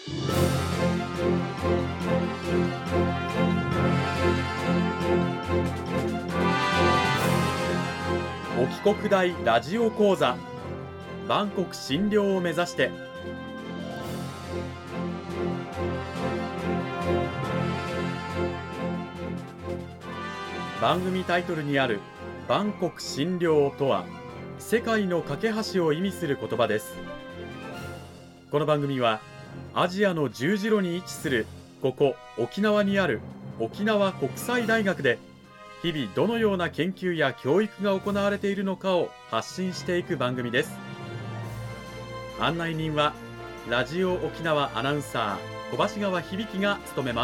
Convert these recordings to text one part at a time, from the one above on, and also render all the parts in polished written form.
沖国大ラジオ講座、万国診療を目指して。番組タイトルにある万国診療とは、世界の架け橋を意味する言葉です。この番組はアジアの十字路に位置するここ沖縄にある沖縄国際大学で、日々どのような研究や教育が行われているのかを発信していく番組です。案内人はラジオ沖縄アナウンサー小橋川響が務めます。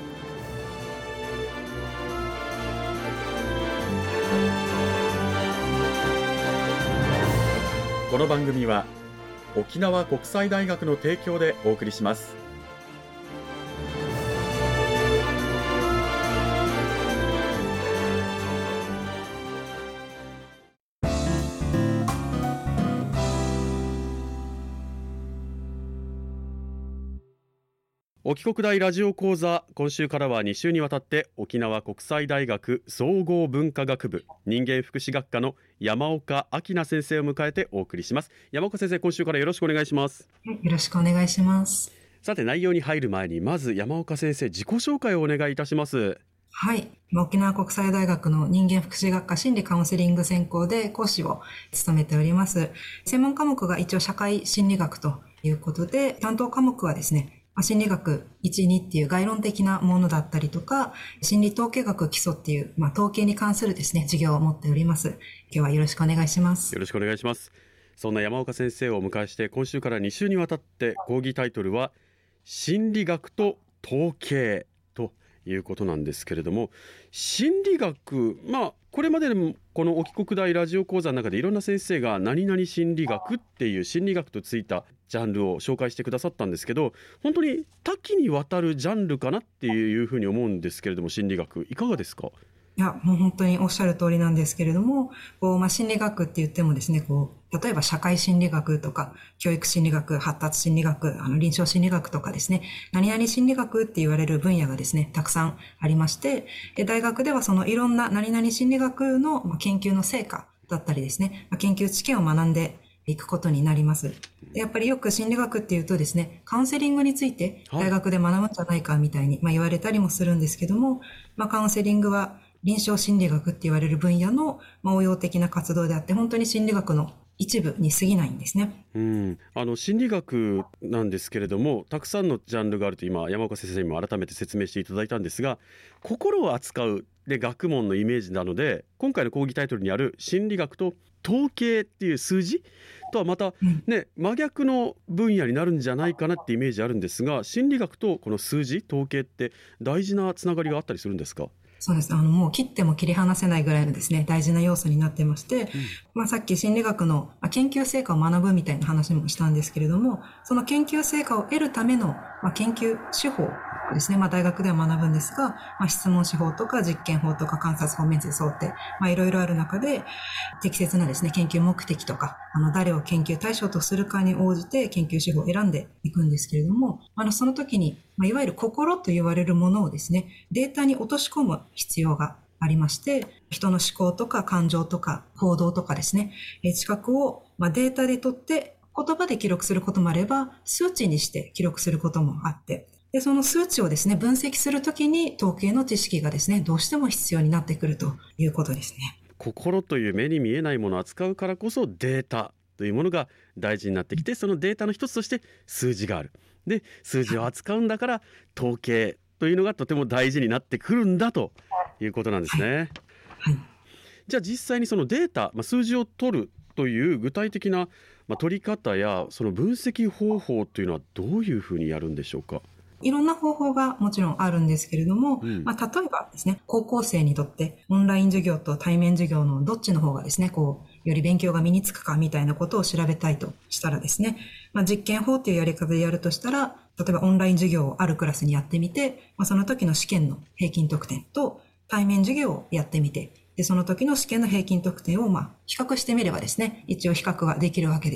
この番組は沖縄国際大学の提供でお送りします。沖国大ラジオ講座、今週からは2週にわたって沖縄国際大学総合文化学部人間福祉学科の山岡明菜先生を迎えてお送りします。山岡先生、今週からよろしくお願いします。 よろしくお願いします。 さて、内容に入る前にまず山岡先生、自己紹介をお願いいたします。 はい、沖縄国際大学の人間福祉学科心理カウンセリング専攻で講師を務めております。専門科目が一応社会心理学ということで、担当科目はですね、心理学1、2っていう概論的なものだったりとか、心理統計学基礎っていう、統計に関するですね、授業を持っております。今日はよろしくお願いします。 よろしくお願いします。そんな山岡先生をお迎えして、今週から2週にわたって講義タイトルは心理学と統計ということなんですけれども、心理学、これまでもこの沖国大ラジオ講座の中でいろんな先生が何々心理学っていう心理学とついたジャンルを紹介してくださったんですけど、本当に多岐にわたるジャンルかなっていうふうに思うんですけれども、心理学いかがですか？ いや、もう本当におっしゃる通りなんですけれども、心理学って言ってもですね、例えば社会心理学とか、教育心理学、発達心理学、臨床心理学とかですね、何々心理学って言われる分野がですね、たくさんありまして、大学ではそのいろんな何々心理学の研究の成果だったりですね、研究知見を学んでいくことになります。やっぱりよく心理学っていうとですね、カウンセリングについて大学で学ぶんじゃないかみたいに言われたりもするんですけども、カウンセリングは臨床心理学って言われる分野の応用的な活動であって、本当に心理学の一部に過ぎないんですね。 心理学なんですけれども、たくさんのジャンルがあると今山岡先生にも改めて説明していただいたんですが、心を扱うで学問のイメージなので、今回の講義タイトルにある心理学と統計っていう数字とはまた真逆の分野になるんじゃないかなってイメージあるんですが、心理学とこの数字統計って大事なつながりがあったりするんですか？ そうです。もう切っても切り離せないぐらいのですね、大事な要素になってまして、さっき心理学の研究成果を学ぶみたいな話もしたんですけれども、その研究成果を得るための研究手法ですね、大学では学ぶんですが、質問手法とか実験法とか観察法、面接法って、いろいろある中で、適切なですね、研究目的とか、誰を研究対象とするかに応じて研究手法を選んでいくんですけれども、その時に、いわゆる心と言われるものをですね、データに落とし込む必要がありまして、人の思考とか感情とか行動とかですね、知覚をデータで取って言葉で記録することもあれば、数値にして記録することもあって、で、その数値をですね、分析するときに統計の知識がですね、どうしても必要になってくるということですね。 心という目に見えないものを扱うからこそデータというものが大事になってきて、そのデータの一つとして数字がある。で、数字を扱うんだから統計というのがとても大事になってくるんだということなんですね。 はい。 じゃあ実際にそのデータ、数字を取るという具体的な取り方やその分析方法というのはどういうふうにやるんでしょうか？ いろんな方法がもちろんあるんですけれども、例えばですね、高校生にとってオンライン授業と対面授業のどっちの方がですね、より勉強が身につくかみたいなことを調べたいとしたらですね、実験法っていうやり方でやるとしたら、例えばオンライン授業をあるクラスにやってみて、その時の試験の平均得点と対面授業をやってみて、で、その時の試験の平均得点を比較してみればですね、一応比較ができるわけです。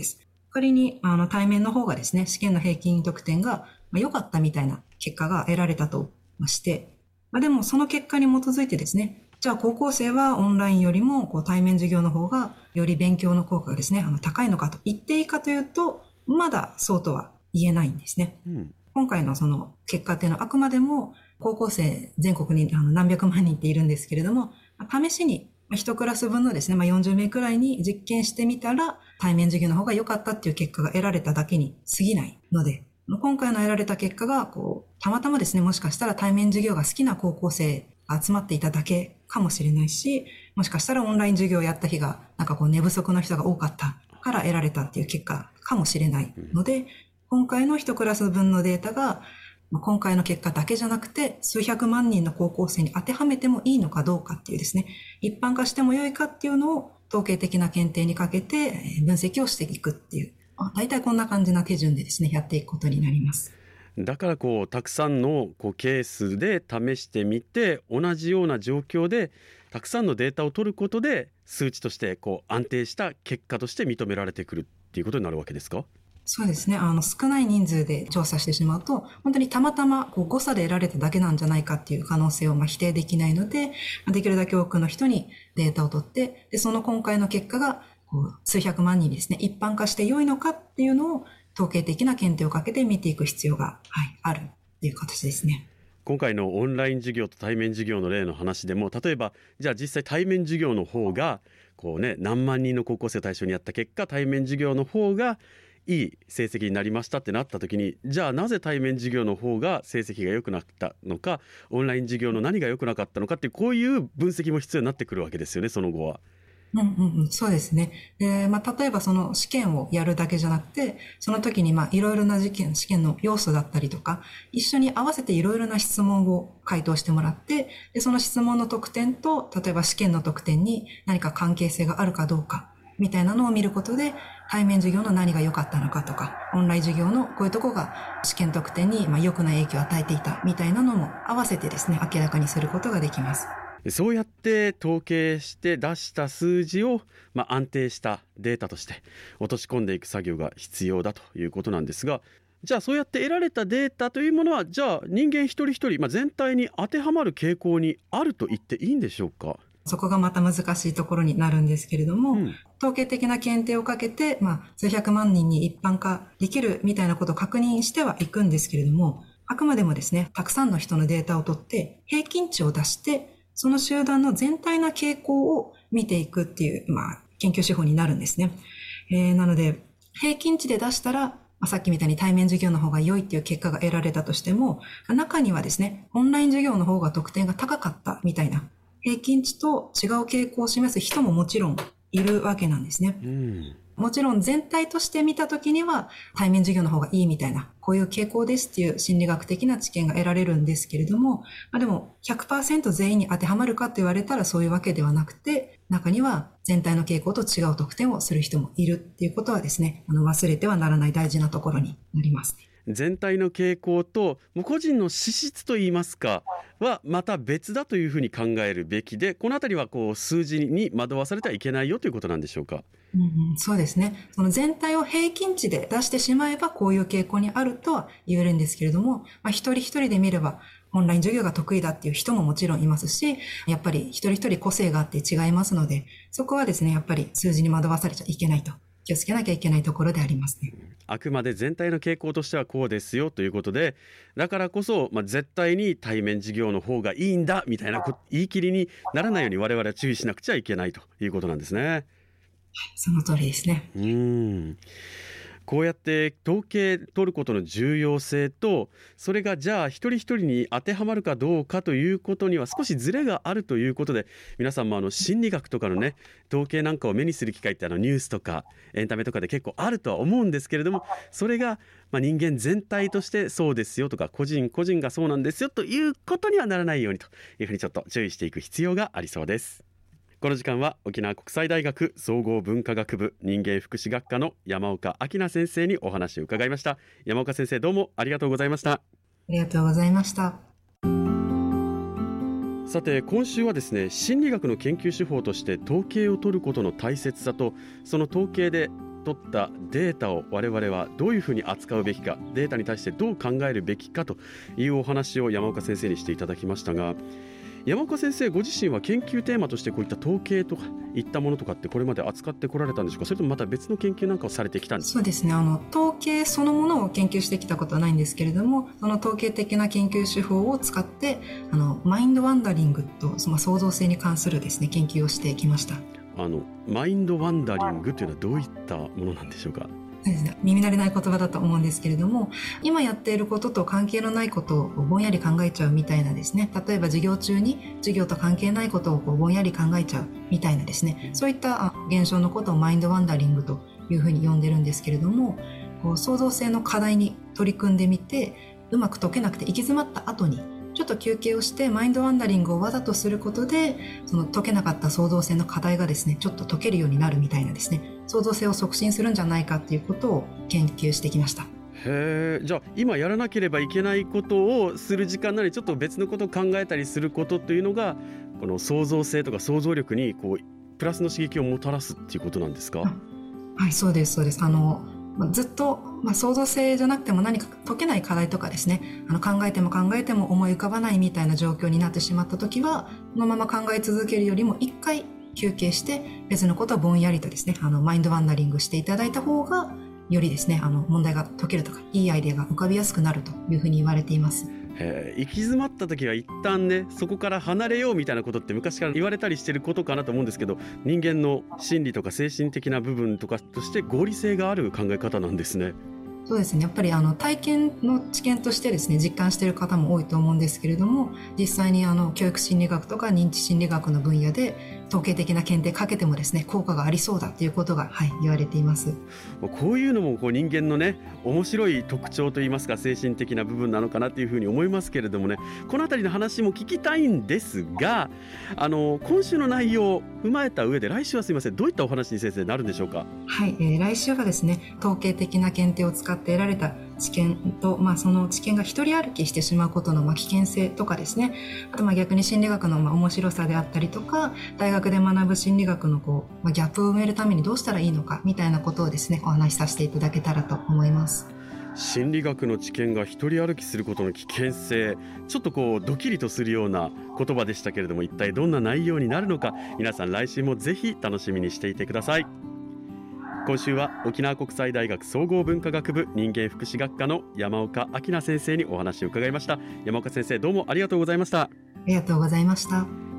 仮に対面の方がですね、試験の平均得点が良かったみたいな結果が得られたとして、でもその結果に基づいてですね、じゃあ高校生はオンラインよりも対面授業の方がより勉強の効果がですね、高いのかと言っていいかというと、まだそうとは言えないんですね。今回のその結果っていうのはあくまでも高校生全国に何百万人っているんですけれども、試しに一クラス分のですね、40名くらいに実験してみたら対面授業の方が良かったっていう結果が得られただけに過ぎないので、今回の得られた結果がたまたまですね、もしかしたら対面授業が好きな高校生が集まっていただけかもしれないし、もしかしたらオンライン授業をやった日が寝不足の人が多かったから得られたっていう結果かもしれないので、今回の一クラス分のデータが今回の結果だけじゃなくて数百万人の高校生に当てはめてもいいのかどうかっていうですね、一般化しても良いかっていうのを統計的な検定にかけて分析をしていくっていう、大体こんな感じな手順でですね、やっていくことになります。 だからたくさんのケースで試してみて、同じような状況でたくさんのデータを取ることで数値として安定した結果として認められてくるっていうことになるわけですか？ そうですね。少ない人数で調査してしまうと、本当にたまたま誤差で得られただけなんじゃないかっていう可能性を否定できないので、できるだけ多くの人にデータを取って、でその今回の結果が数百万人にですね、一般化して良いのかっていうのを統計的な検定をかけて見ていく必要が、あるっていう形ですね。 今回のオンライン授業と対面授業の例の話でも、例えばじゃあ実際対面授業の方が何万人の高校生を対象にやった結果、対面授業の方がいい成績になりましたってなった時に、じゃあなぜ対面授業の方が成績が良くなったのか、オンライン授業の何が良くなかったのかっていう、こういう分析も必要になってくるわけですよね、その後は。 そうですね。例えばその試験をやるだけじゃなくて、その時にいろいろな試験の要素だったりとか、一緒に合わせていろいろな質問を回答してもらって、でその質問の得点と、例えば試験の得点に何か関係性があるかどうか、みたいなのを見ることで、対面授業の何が良かったのかとか、オンライン授業のこういうとこが試験得点に良くない影響を与えていたみたいなのも合わせてですね、明らかにすることができます。 そうやって統計して出した数字を、安定したデータとして落とし込んでいく作業が必要だということなんですが、じゃあそうやって得られたデータというものは、じゃあ人間一人一人、全体に当てはまる傾向にあると言っていいんでしょうか？ そこがまた難しいところになるんですけれども、統計的な検定をかけて、数百万人に一般化できるみたいなことを確認してはいくんですけれども、あくまでもですね、たくさんの人のデータを取って平均値を出して、その集団の全体な傾向を見ていくっていう、研究手法になるんですね。なので、平均値で出したら、さっきみたいに対面授業の方が良いっていう結果が得られたとしても、中にはですね、オンライン授業の方が得点が高かったみたいな、平均値と違う傾向を示す人ももちろんいるわけなんですね。もちろん全体として見たときには対面授業の方がいいみたいな、こういう傾向ですっていう心理学的な知見が得られるんですけれども、でも 100% 全員に当てはまるかと言われたらそういうわけではなくて、中には全体の傾向と違う得点をする人もいるっていうことはですね、忘れてはならない大事なところになります。 全体の傾向と個人の資質といいますかはまた別だというふうに考えるべきで、このあたりは数字に惑わされてはいけないよということなんでしょうか？ そうですね。その全体を平均値で出してしまえばこういう傾向にあるとは言えるんですけれども、一人一人で見ればオンライン授業が得意だっていう人ももちろんいますし、やっぱり一人一人個性があって違いますので、そこはですね、やっぱり数字に惑わされちゃいけないと。気をつけなきゃいけないところでありますね。 あくまで全体の傾向としてはこうですよということで、だからこそ、絶対に対面授業の方がいいんだみたいな言い切りにならないように我々は注意しなくちゃいけないということなんですね。 その通りですね。 こうやって統計取ることの重要性と、それがじゃあ一人一人に当てはまるかどうかということには少しズレがあるということで、皆さんも心理学とかのね、統計なんかを目にする機会ってニュースとかエンタメとかで結構あるとは思うんですけれども、それが人間全体としてそうですよとか、個人個人がそうなんですよということにはならないようにというふうにちょっと注意していく必要がありそうです。この時間は沖縄国際大学総合文化学部人間福祉学科の山岡明菜先生にお話を伺いました。山岡先生、どうもありがとうございました。 ありがとうございました。 さて、今週はですね、心理学の研究手法として統計を取ることの大切さと、その統計で取ったデータを我々はどういうふうに扱うべきか、データに対してどう考えるべきかというお話を山岡先生にしていただきましたが、山岡先生ご自身は研究テーマとしてこういった統計とかいったものとかってこれまで扱ってこられたんでしょうか、それともまた別の研究なんかをされてきたんですか？ そうですね、統計そのものを研究してきたことはないんですけれども、その統計的な研究手法を使ってマインドワンダリングと創造性に関するですね研究をしてきました。 マインドワンダリングというのはどういったものなんでしょうか？ そうですね、耳慣れない言葉だと思うんですけれども、今やっていることと関係のないことをぼんやり考えちゃうみたいなですね、例えば授業中に授業と関係ないことをぼんやり考えちゃうみたいなですね、そういった現象のことをマインドワンダリングというふうに呼んでるんですけれども、創造性の課題に取り組んでみて、うまく解けなくて行き詰まった後にちょっと休憩をしてマインドワンダリングをわざとすることで、その解けなかった創造性の課題がですねちょっと解けるようになるみたいなですね、創造性を促進するんじゃないかっていうことを研究してきました。 へー、じゃあ今やらなければいけないことをする時間なりちょっと別のことを考えたりすることというのが、この創造性とか想像力にプラスの刺激をもたらすっていうことなんですか？ はい、そうです、そうです。ずっと、創造性じゃなくても何か解けない課題とかですね、考えても考えても思い浮かばないみたいな状況になってしまった時は、このまま考え続けるよりも一回休憩して別のことをぼんやりとですね、マインドワンダリングしていただいた方がよりですね、問題が解けるとかいいアイデアが浮かびやすくなるというふうに言われています。 行き詰まった時は一旦ね、そこから離れようみたいなことって昔から言われたりしてることかなと思うんですけど、人間の心理とか精神的な部分とかとして合理性がある考え方なんですね。 そうですね、やっぱり体験の知見としてですね実感している方も多いと思うんですけれども、実際に教育心理学とか認知心理学の分野で統計的な検定かけてもですね効果がありそうだということが、言われています。 こういうのも人間のね面白い特徴といいますか精神的な部分なのかなというふうに思いますけれどもね、このあたりの話も聞きたいんですが、今週の内容を踏まえた上で来週はすいません、どういったお話に先生なるんでしょうか？ はい、来週はですね統計的な検定を使って得られた知見と、その知見が一人歩きしてしまうことの危険性とかですね、あと逆に心理学の面白さであったりとか、大学で学ぶ心理学のギャップを埋めるためにどうしたらいいのかみたいなことをですねお話しさせていただけたらと思います。 心理学の知見が一人歩きすることの危険性、ちょっとドキリとするような言葉でしたけれども、一体どんな内容になるのか、皆さん来週もぜひ楽しみにしていてください。今週は沖縄国際大学総合文化学部人間福祉学科の山岡明菜先生にお話を伺いました。山岡先生、どうもありがとうございました。 ありがとうございました。